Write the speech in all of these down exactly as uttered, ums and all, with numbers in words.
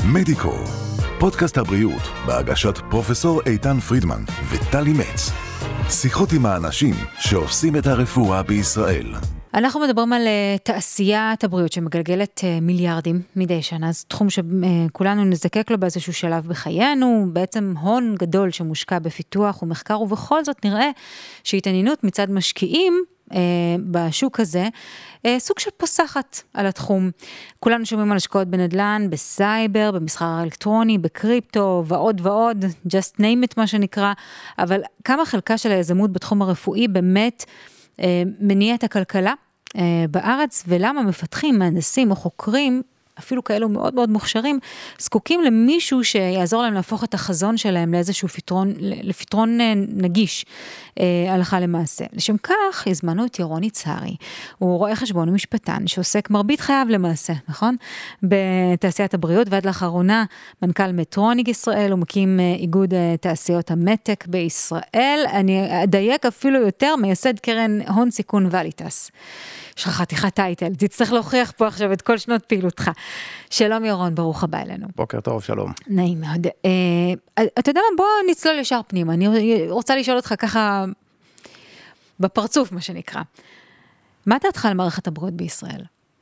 מדיקו, פודקאסט הבריאות בהגשת פרופסור איתן פרידמן וטלי מצ. שיחות עם האנשים שעושים את הרפואה בישראל. אנחנו מדברים על תעשיית הבריאות שמגלגלת מיליארדים מדי שנה, זה תחום שכולנו נזקק לו באיזשהו שלב בחיינו, בעצם הון גדול שמושקע בפיתוח ומחקר, ובכל זאת נראה שהתעניינות מצד משקיעים בשוק הזה, סוג של פוסחת על התחום. כולנו שומעים על השקעות בנדלן, בסייבר, במסחר האלקטרוני, בקריפטו ועוד ועוד, just name it מה שנקרא, אבל כמה חלקה של היזמות בתחום הרפואי באמת מניע את הכלכלה בארץ, ולמה מפתחים, מהנדסים או חוקרים, אפילו כאלו מאוד מאוד מוכשרים, זקוקים למישהו שיעזור להם להפוך את החזון שלהם לאיזשהו פתרון, לפתרון נגיש, הלכה למעשה. לשם כך, הזמנו את ירון יצהרי. הוא רואה חשבון ומשפטן, שעוסק מרבית חייו למעשה, נכון? בתעשיית הבריאות, ועד לאחרונה, מנכ"ל מטרוניק ישראל, הוא מקים איגוד תעשיות המטק בישראל. אני אדייק אפילו יותר, מייסד קרן הון סיכון ואליטס. יש לך חתיכת טייטל, תצטרך להוכיח פה עכשיו את כל שנות פעילותך. שלום ירון, ברוך הבא אלינו. בוקר טוב, שלום. נעים מאוד. אתה יודע מה, בוא נצלול ישר פנימה. אני רוצה לשאול אותך ככה, בפרצוף מה שנקרא. מה דעתך על מערכת הבריאות בישראל?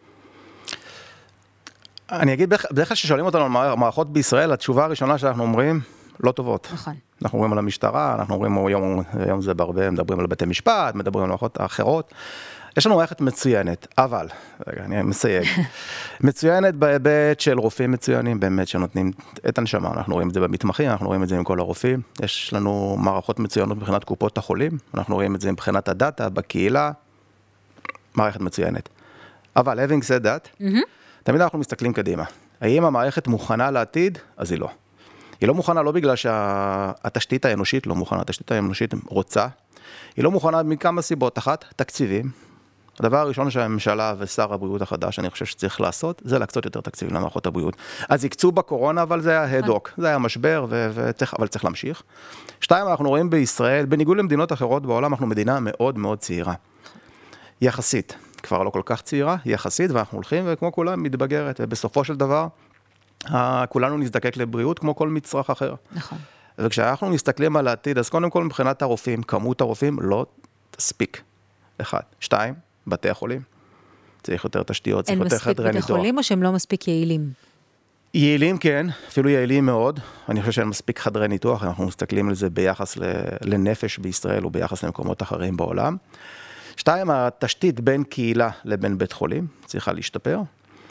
אני אגיד, בדרך כלל ששואלים אותנו על מערכות בישראל, התשובה הראשונה שאנחנו אומרים, לא טובות. נכון. אנחנו אומרים על המשטרה, אנחנו אומרים, היום, היום זה בהרבה, מדברים על בתי משפט, מדברים על מערכות האחרות. יש לנו מערכת מצוינת, אבל, רגע, אני מסייג, מצוינת בהיבט של רופאים מצוינים, באמת שנותנים את הנשמה, אנחנו רואים את זה במתמחים, אנחנו רואים את זה עם כל הרופאים, יש לנו מערכות מצוינות מבחינת קופות החולים, אנחנו רואים את זה מבחינת הדאטה, בקהילה, מערכת מצוינת. אבל, having said that, mm-hmm. תמיד אנחנו מסתכלים קדימה. האם המערכת מוכנה לעתיד? אז היא לא. היא לא מוכנה לא בגלל שהתשתית האנושית לא מוכנה, התשתית האנושית רוצה, היא לא מוכנה מכמה סיבות, אחת, תקציבים. הדבר הראשון שהממשלה ושר הבריאות החדש, אני חושב שצריך לעשות, זה להקצות יותר תקציבים למערכות הבריאות. אז יקצו בקורונה, אבל זה היה הדוק, זה היה משבר, אבל צריך להמשיך. שתיים, אנחנו רואים בישראל, בניגוד למדינות אחרות בעולם, אנחנו מדינה מאוד מאוד צעירה. יחסית, כבר לא כל כך צעירה, יחסית, ואנחנו הולכים, וכמו כולם מתבגרת, ובסופו של דבר, כולנו נזדקק לבריאות, כמו כל מצרך אחר. נכון. וכשאנחנו מסתכלים על העתיד, אז קודם כל מבחינת הרופאים, כמות הרופאים לא תספיק. אחד. שתיים, בתי החולים. צריך יותר תשתיות, צריך יותר חדרי ניתוח. אין מספיק בתי חולים או שהם לא מספיק יעילים? יעילים כן, אפילו יעילים מאוד. אני חושב שאין מספיק חדרי ניתוח, אנחנו מסתכלים על זה ביחס לנפש בישראל וביחס למקומות אחרים בעולם. שתיים, התשתית בין קהילה לבין בית חולים צריכה להשתפר.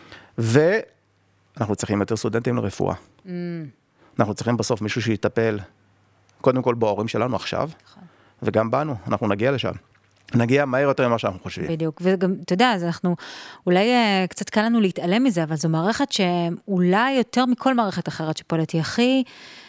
ואנחנו צריכים יותר סטודנטים לרפואה. Mm. אנחנו צריכים בסוף מישהו שיטפל, קודם כל בהורים שלנו עכשיו, וגם בנו, אנחנו נגיע לשם. נגיע מהר יותר ממה שאנחנו חושבים. בדיוק, וגם, אתה יודע, אז אנחנו, אולי קצת קל לנו להתעלם מזה, אבל זו מערכת שאולי יותר מכל מערכת אחרת שפועלת, היא הכי,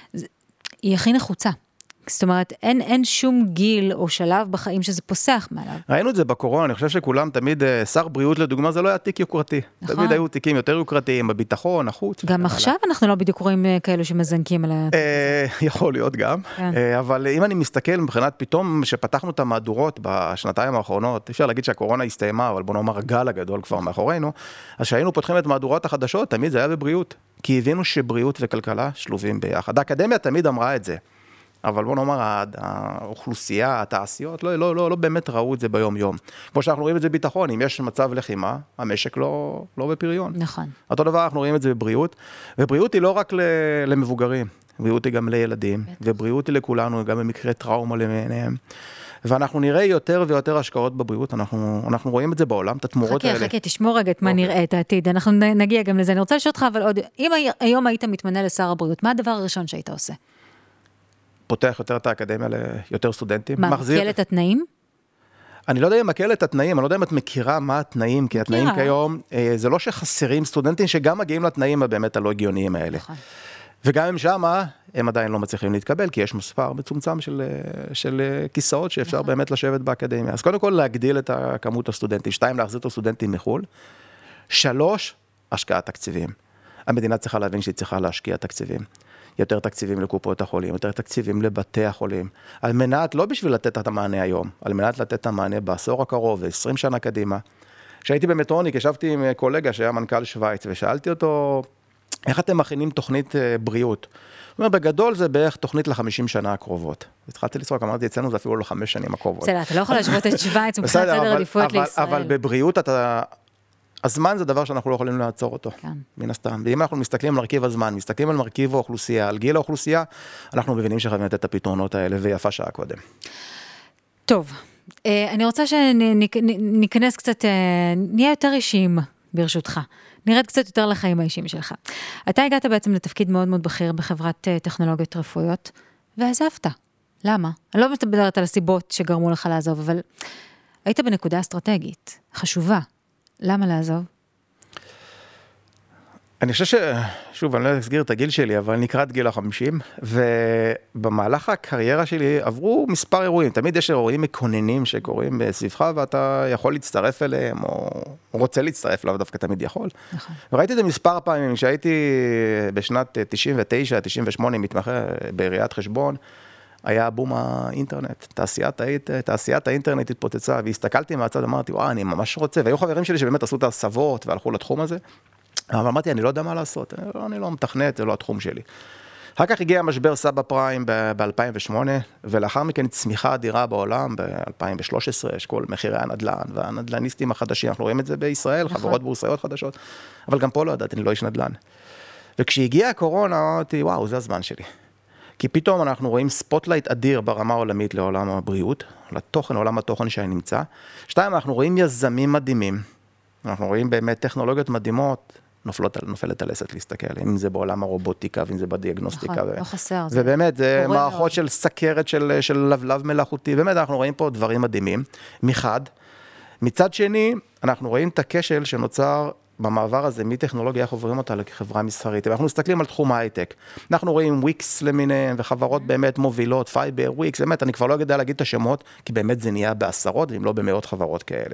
היא הכי נחוצה. זאת אומרת, אין, אין שום גיל או שלב בחיים שזה פוסח מעליו. ראינו את זה בקורונה, אני חושב שכולם תמיד, שר בריאות לדוגמה, זה לא היה תיק יוקרתי. נכון. תמיד היו תיקים יותר יוקרתיים, בביטחון, החוץ. גם עכשיו אנחנו לא בדיוק רואים כאלו שמזנקים על ה... יכול להיות גם. אבל אם אני מסתכל מבחינת, פתאום שפתחנו את המהדורות בשנתיים האחרונות, אפשר להגיד שהקורונה הסתיימה, אבל בוא נאמר הגל הגדול כבר מאחורינו, אז שהיינו פותחים את מהדורות החדשות, תמיד זה היה בבריאות. כי הבינו שבריאות וכלכלה שלובים ביחד. האקדמיה תמיד אמרה את זה. אבל בוא נאמר, האוכלוסייה, התעשיות, לא, לא, לא, לא באמת ראו את זה ביום יום. כמו שאנחנו רואים את זה ביטחון, אם יש מצב לחימה, המשק לא, לא בפריון. נכון. אותו דבר אנחנו רואים את זה בבריאות, ובריאות היא לא רק למבוגרים, בריאות היא גם לילדים, ובריאות היא לכולנו, גם במקרה טראומה למיניהם. ואנחנו נראה יותר ויותר השקעות בבריאות, אנחנו, אנחנו רואים את זה בעולם, את התמורות חכה, האלה. חכה, תשמור רגע את מה נראה את העתיד, אנחנו נגיע גם לזה. אני רוצה לשאול אותך, אבל עוד, אם היום היית מתמנה לשר הבריאות, מה הדבר הראשון שהיית עושה? פותח יותר את האקדמיה ליותר סטודנטים. מה, מקל את התנאים? אני לא יודע אם מקל את התנאים, אני לא יודע אם את מכירה מה התנאים, כי התנאים כיום, זה לא שחסרים סטודנטים שגם מגיעים לתנאים הבאמת הלא הגיוניים האלה. וגם הם שמה, הם עדיין לא מצליחים להתקבל, כי יש מספר מצומצם של, של כיסאות שאפשר באמת לשבת באקדמיה. אז קודם כל להגדיל את כמות הסטודנטים, שתיים, להחזיר את הסטודנטים מחול, שלוש, השקעת תקציבים. המדינה צריכה להבין שהיא צריכה להשקיע תקציבים. יותר תקציבים לקופות החולים, יותר תקציבים לבתי החולים, על מנת, לא בשביל לתת את המענה היום, על מנת לתת את המענה בעשור הקרוב, ו-עשרים שנה קדימה. כשהייתי במטרוניק, ישבתי עם קולגה שהיה מנכ"ל שוויץ, ושאלתי אותו, איך אתם מכינים תוכנית בריאות? זאת אומרת, בגדול זה בערך תוכנית לחמישים שנה הקרובות. התחלתי לצחוק, אמרתי, אצלנו זה אפילו לחמש שנים הקרובות. בסדר, אתה לא יכול להשוות את שוויץ מבחינת סדר עדיפויות לישראל. אבל בבריאות אתה... הזמן זה דבר שאנחנו לא יכולים לעצור אותו, מן הסתם. ואם אנחנו מסתכלים על מרכיב הזמן, מסתכלים על מרכיב האוכלוסייה, על גיל האוכלוסייה, אנחנו מבינים שחייבים לתת את הפתרונות האלה, ויפה שעה קודם. טוב, אני רוצה שניכנס קצת, נהיה יותר אישיים ברשותך. נרד קצת יותר לחיים האישיים שלך. אתה הגעת בעצם לתפקיד מאוד מאוד בכיר בחברת טכנולוגיות רפואיות, ועזבת. למה? אני לא מדברת על הסיבות שגרמו לך לעזוב, אבל היית בנקודה אסטרטגית, חשובה. למה לעזוב? אני חושב ש... שוב, אני לא אסגיר את הגיל שלי, אבל אני נקרא את גיל החמישים, ובמהלך הקריירה שלי עברו מספר אירועים. תמיד יש אירועים מקוננים שקורים בסביבך, ואתה יכול להצטרף אליהם, או רוצה להצטרף אליו, דווקא תמיד יכול. נכון. וראיתי את זה מספר פעמים, כשהייתי בשנת תשעים ותשע תשעים ושמונה מתמחה בעיריית חשבון, היה בום האינטרנט, תעשיית, תעשיית האינטרנט התפוצצה, והסתכלתי מהצד, אמרתי, וואו, אני ממש רוצה, והיו חברים שלי שבאמת עשו את הסבות והלכו לתחום הזה, אבל אמרתי, אני לא יודע מה לעשות, אני לא מתכנת, זה לא התחום שלי. אחר כך הגיע המשבר סאבה פריים ב-אלפיים ושמונה, ולאחר מכן צמיחה אדירה בעולם, ב-אלפיים ושלוש עשרה, יש כל מחירי הנדל"ן, והנדל"ניסטים החדשים, אנחנו רואים את זה בישראל, נכון. חברות בורסאיות חדשות, אבל גם פה לא ידעתי, אני לא איש נדל"ן. וכשהגיעה הקורונה, אמרתי, וואו, זה הזמן שלי. כי פתאום אנחנו רואים ספוטלייט אדיר ברמה העולמית לעולם הבריאות, לתוכן, לעולם התוכן שאני נמצא. שתיים, אנחנו רואים יזמים מדהימים, אנחנו רואים באמת טכנולוגיות מדהימות, נופלות, נופלת על עסק להסתכל, אם זה בעולם הרובוטיקה, ואם זה בדיאגנוסטיקה. נכון, לא חסר. ובאמת, זה מערכות של סכרת, של לבלב מלאכותי, באמת אנחנו רואים פה דברים מדהימים, מחד. מצד שני, אנחנו רואים את הכשל שנוצר במעבר הזה, מטכנולוגיה, איך עוברים אותה לחברה מסחרית. אנחנו מסתכלים על תחום ההייטק. אנחנו רואים וויקס למיניהם, וחברות באמת מובילות, פייבר, וויקס, באמת, אני כבר לא יודע להגיד את השמות, כי באמת זה נהיה בעשרות, ואם לא במאות חברות כאלה.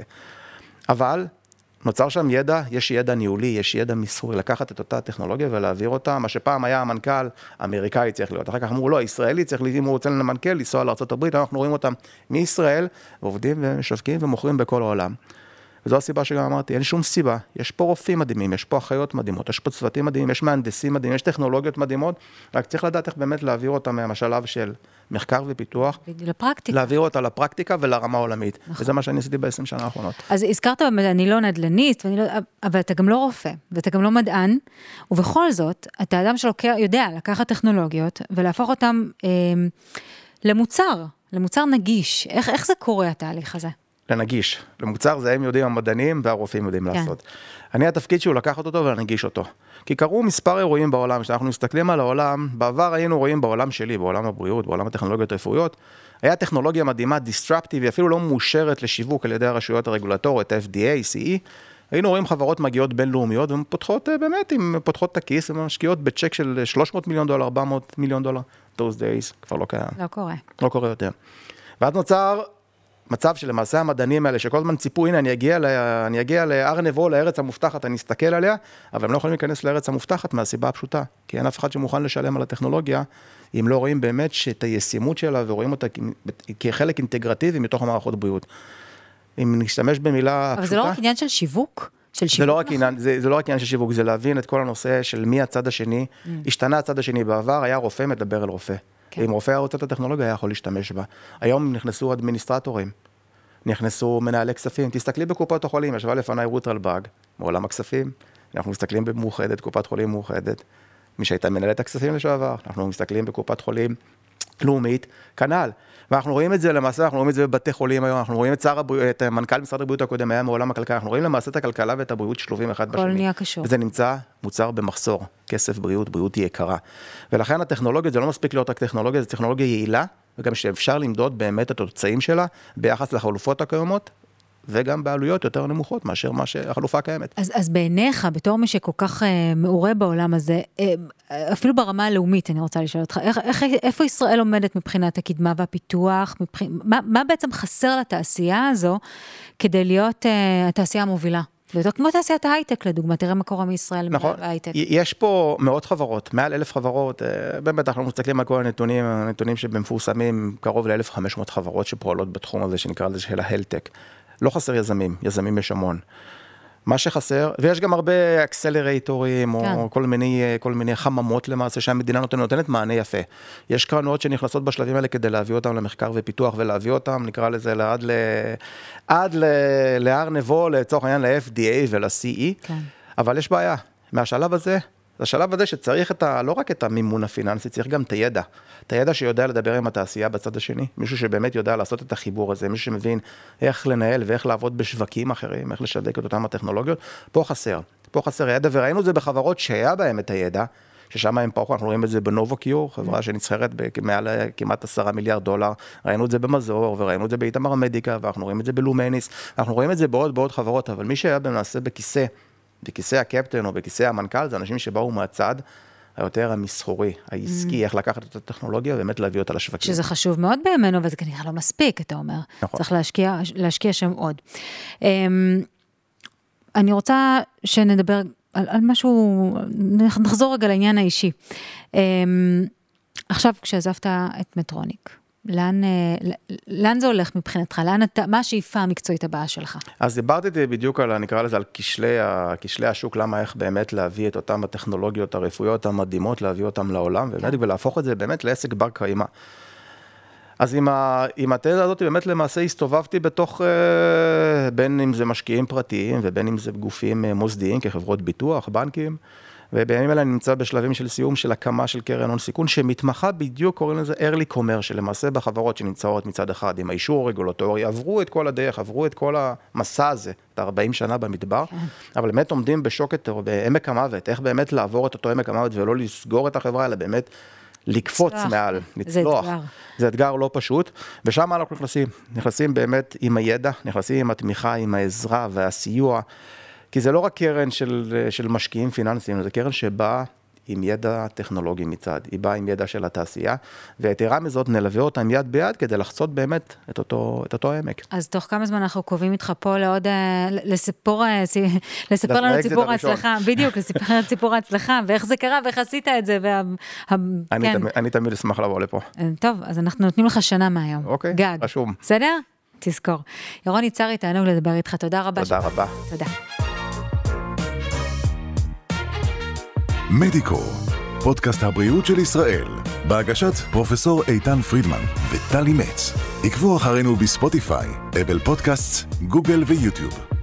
אבל נוצר שם ידע, יש ידע ניהולי, יש ידע מסחרי, לקחת את אותה טכנולוגיה ולהעביר אותה, מה שפעם היה המנכ"ל האמריקאי צריך להיות. אחר כך אמרו, לא, ישראלי צריך, אם הוא רוצה למנכ"ל, לנסוע לארצות הברית, אנחנו רואים אותם מישראל, ועובדים ומשווקים ומוכרים בכל העולם. וזו הסיבה שגם אמרתי, אין שום סיבה, יש פה רופאים מדהימים, יש פה אחיות מדהימות, יש פה צוותים מדהימים, יש מהנדסים מדהימים, יש טכנולוגיות מדהימות, רק צריך לדעת איך באמת להעביר אותם מהשלב של מחקר ופיתוח, לפרקטיקה. להעביר אותה לפרקטיקה ולרמה העולמית, נכון. וזה מה שאני עשיתי ב-עשרים שנה האחרונות. אז הזכרת, אני לא נדל"ניסט, לא, אבל אתה גם לא רופא, ואתה גם לא מדען, ובכל זאת, אתה אדם שיודע לקחת טכנולוגיות, ולהפוך אותם אה, למוצר, למוצר נגיש. איך, איך זה קורה התהליך הזה? לנגיש. למוצר זה הם יודעים, המדענים והרופאים יודעים כן. לעשות. אני התפקיד שהוא לקחת אותו ולנגיש אותו. כי קרו מספר אירועים בעולם, כשאנחנו מסתכלים על העולם, בעבר היינו רואים בעולם שלי, בעולם הבריאות, בעולם הטכנולוגיות הרפואיות, היה טכנולוגיה מדהימה, דיסטרפטיב, היא אפילו לא מאושרת לשיווק על ידי הרשויות הרגולטוריות, F D A, C E, היינו רואים חברות מגיעות בינלאומיות, והן פותחות באמת, הן פותחות את הכיס, הן משקיעות בצ'ק של שלוש מאות מיליון דולר, ארבע מאות מיליון דולר, those days, כבר לא קיים. לא קורה. לא קורה יותר. ואז נוצר מצב שלמעשה המדענים האלה, שכל הזמן ציפו, הנה, אני אגיע, לה, אני אגיע להר נבו, לארץ המובטחת, אני אסתכל עליה, אבל הם לא יכולים להיכנס לארץ המובטחת מהסיבה הפשוטה, כי אין אף אחד שמוכן לשלם על הטכנולוגיה, אם לא רואים באמת שאת הישימות שלה, ורואים אותה כחלק אינטגרטיבי מתוך המערכות בריאות. אם נשתמש במילה אבל פשוטה, זה לא רק עניין של שיווק? של שיווק זה, לא רק עניין, זה, זה לא רק עניין של שיווק, זה להבין את כל הנושא של מי הצד השני. Mm. השתנה הצד השני בעבר, היה רופא מדבר אל רופא. כן. אם רופא רוצה את הטכנולוגיה, היה יכול להשתמש בה. היום נכנסו אדמיניסטרטורים, נכנסו מנהלי כספים. תסתכלי בקופות החולים, ישבה לפניי רות רלב"ג, מעולם הכספים. אנחנו מסתכלים במאוחדת, קופת חולים מאוחדת. מי שהייתה מנהלת הכספים לשעבר, אנחנו מסתכלים בקופת חולים לאומית, כנ"ל. ואנחנו רואים את זה למעשה, אנחנו רואים את זה בבתי חולים היום, אנחנו רואים את שר הבריאות, את מנכ"ל משרד הבריאות הקודם, היה מעולם הכלכלה, אנחנו רואים למעשה את הכלכלה ואת הבריאות שלובים אחד בשני. כל נהיה קשור. וזה נמצא מוצר במחסור, כסף בריאות, בריאות היא יקרה. ולכן הטכנולוגיה, זה לא מספיק להיות רק טכנולוגיה, זה טכנולוגיה יעילה, וגם שאפשר למדוד באמת את התוצאים שלה, ביחס לחלופות הקיימות, וגם בעלויות יותר נמוכות מאשר מה שהחלופה קיימת. אז, אז בעיניך, בתור מי שכל כך uh, מעורה בעולם הזה, uh, אפילו ברמה הלאומית, אני רוצה לשאול אותך, איך, איך, איפה ישראל עומדת מבחינת הקדמה והפיתוח? מבחינת, מה, מה בעצם חסר לתעשייה הזו, כדי להיות uh, התעשייה המובילה? ויותר כמו תעשיית ההייטק, לדוגמה, תראה מה קורה מישראל נכון. בהייטק. יש פה מאות חברות, מעל אלף חברות, באמת אנחנו מסתכלים על כל הנתונים, הנתונים שבמפורסמים, קרוב ל-אלף וחמש מאות חברות שפועלות בתחום הזה, שנקרא לזה של ההלטק. לא חסר יזמים, יזמים יש המון. מה שחסר, ויש גם הרבה אקסלרייטורים, כן. או כל מיני, כל מיני חממות למעשה, שהמדינה נותנת, נותנת מענה יפה. יש קרנות שנכנסות בשלבים האלה כדי להביא אותם למחקר ופיתוח, ולהביא אותם, נקרא לזה, עד ל... עד ל... להר נבו, לצורך העניין, ל-אף די איי ול-סי אי, כן. אבל יש בעיה. מהשלב הזה, זה השלב הזה שצריך את ה... לא רק את המימון הפיננסי, צריך גם את הידע. את הידע שיודע לדבר עם התעשייה בצד השני, מישהו שבאמת יודע לעשות את החיבור הזה, מישהו שמבין איך לנהל ואיך לעבוד בשווקים אחרים, איך לשווק את אותם הטכנולוגיות. פה חסר. פה חסר ידע, וראינו את זה בחברות שהיה בהם את הידע, ששם הם פרחו, אנחנו רואים את זה בנובוקיור, חברה שנסחרת במעל כמעט עשרה מיליארד דולר, ראינו את זה במזור, וראינו את זה באיתמר מדיקה, ואנחנו רואים את זה בלומניס, אנחנו רואים את זה בעוד בעוד חברות, אבל מי שהיה במעשה בכיסא, בכיסא הקפטן או בכיסא המנכ"ל, זה אנשים שבאו מהצד היותר המסחורי, העסקי, איך לקחת את הטכנולוגיה ובאמת להביא אותה לשווקים. שזה חשוב מאוד בימינו, וזה כנראה לא מספיק, אתה אומר. נכון. צריך להשקיע, להשקיע שם עוד. אני רוצה שנדבר על, על משהו, נחזור רגע לעניין האישי. עכשיו, כשעזבת את מטרוניק, לאן, לאן זה הולך מבחינתך? לאן אתה, מה השאיפה המקצועית הבאה שלך? אז דיברתי בדיוק על, נקרא לזה, על כשלי, כשלי השוק, למה איך באמת להביא את אותם הטכנולוגיות הרפואיות המדהימות, להביא אותם לעולם, ובאמת, ולהפוך את זה באמת לעסק בר קיימא. אז עם, ה, עם התזה הזאת, באמת למעשה הסתובבתי בתוך, בין אם זה משקיעים פרטיים, ובין אם זה גופים מוסדיים, כחברות ביטוח, בנקים, ובימים אלה אני נמצא בשלבים של סיום של הקמה של קרן הון סיכון, שמתמחה בדיוק, קוראים לזה early commercial, שלמעשה בחברות שנמצאות מצד אחד, עם האישור הרגולטורי, עברו את כל הדרך, עברו את כל המסע הזה, את ארבעים שנה במדבר, אבל באמת עומדים בשוקת, או בעמק המוות, איך באמת לעבור את אותו עמק המוות, ולא לסגור את החברה, אלא באמת לקפוץ מעל, לצלוח. זה אתגר לא פשוט, ושם אנחנו נכנסים, נכנסים באמת עם הידע, נכנסים עם התמיכה, עם העזרה והסיוע, כי זה לא רק קרן של, של משקיעים פיננסיים, זה קרן שבאה עם ידע טכנולוגי מצד, היא באה עם ידע של התעשייה, ויתרה מזאת נלווה אותם יד ביד כדי לחצות באמת את אותו, את אותו עמק. אז תוך כמה זמן אנחנו קובעים איתך פה לעוד, לספור, לספר לנו ציפור ההצלחה, בדיוק, לספר לנו ציפור ההצלחה, ואיך זה קרה, ואיך עשית את זה, וה, אני, כן. תמיד, אני תמיד אשמח לבוא לפה. טוב, אז אנחנו נותנים לך שנה מהיום. אוקיי, גג. רשום. בסדר? תזכור. ירון יצרי, תענוג לדבר איתך, תודה רבה. תודה ש... רבה. תודה. מדיקו, פודקאסט הבריאות של ישראל, בהגשת פרופסור איתן פרידמן וטלי מצ. עקבו אחרינו בספוטיפיי, אפל פודקאסט, גוגל ויוטיוב.